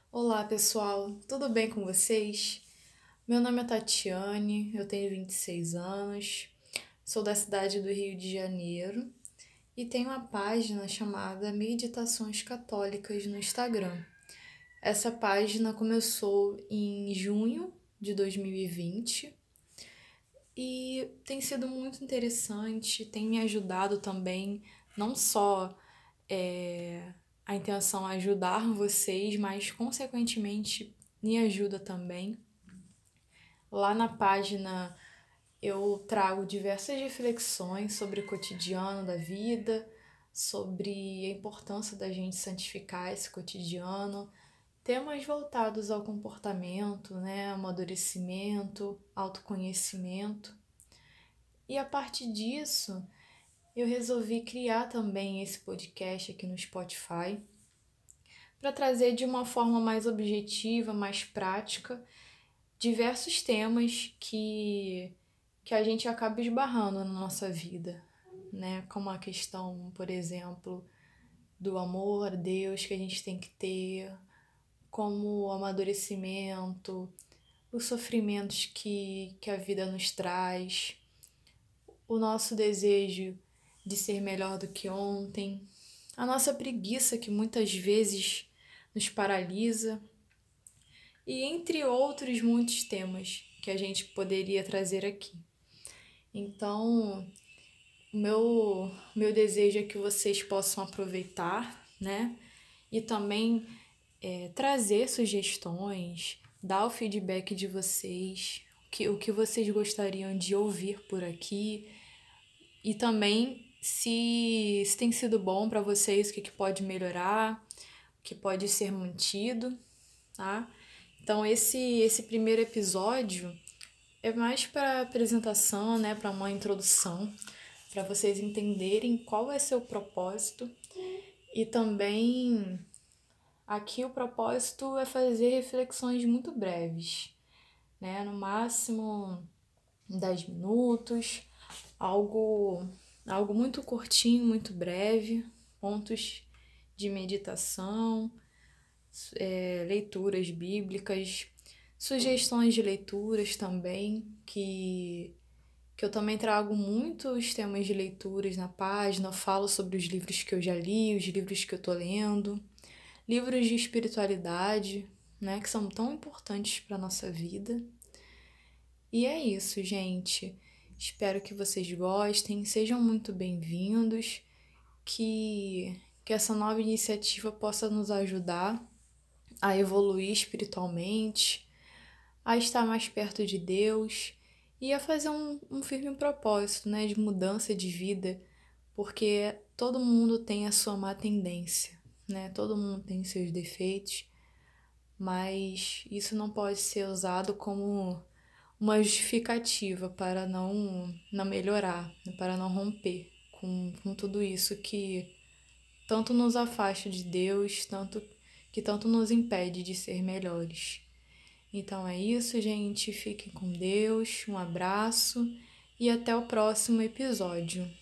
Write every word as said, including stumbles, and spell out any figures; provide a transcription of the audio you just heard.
Olá, pessoal, tudo bem com vocês? Meu nome é Tatiane, eu tenho vinte e seis anos, sou da cidade do Rio de Janeiro e tenho uma página chamada Meditações Católicas no Instagram. Essa página começou em junho de dois mil e vinte e tem sido muito interessante, tem me ajudado também, não só é, a intenção é ajudar vocês, mas consequentemente me ajuda também. Lá na página eu trago diversas reflexões sobre o cotidiano da vida, sobre a importância da gente santificar esse cotidiano, temas voltados ao comportamento, né, amadurecimento, autoconhecimento. E a partir disso, eu resolvi criar também esse podcast aqui no Spotify para trazer de uma forma mais objetiva, mais prática, diversos temas que, que a gente acaba esbarrando na nossa vida, né? Como a questão, por exemplo, do amor a Deus que a gente tem que ter, como o amadurecimento, os sofrimentos que, que a vida nos traz, o nosso desejo de ser melhor do que ontem, a nossa preguiça que muitas vezes nos paralisa, e entre outros muitos temas que a gente poderia trazer aqui. Então, o meu, meu desejo é que vocês possam aproveitar, né? E também é, trazer sugestões, dar o feedback de vocês, que, o que vocês gostariam de ouvir por aqui. E também se, se tem sido bom para vocês, o que, que pode melhorar, o que pode ser mantido, tá? Então esse esse primeiro episódio é mais para apresentação, né, para uma introdução, para vocês entenderem qual vai ser o propósito e também aqui o propósito é fazer reflexões muito breves, né, no máximo dez minutos, algo algo muito curtinho, muito breve, pontos de meditação, é, leituras bíblicas, sugestões de leituras também, que, que eu também trago muitos temas de leituras na página, falo sobre os livros que eu já li, os livros que eu tô lendo, livros de espiritualidade, né, que são tão importantes para nossa vida. E é isso, gente. Espero que vocês gostem, sejam muito bem-vindos, que, que essa nova iniciativa possa nos ajudar a evoluir espiritualmente, a estar mais perto de Deus e a fazer um, um firme propósito, né, de mudança de vida, porque todo mundo tem a sua má tendência, né? Todo mundo tem seus defeitos, mas isso não pode ser usado como uma justificativa para não, não melhorar, né, para não romper com, com tudo isso que tanto nos afasta de Deus, tanto que tanto nos impede de ser melhores. Então é isso, gente. Fiquem com Deus. Um abraço e até o próximo episódio.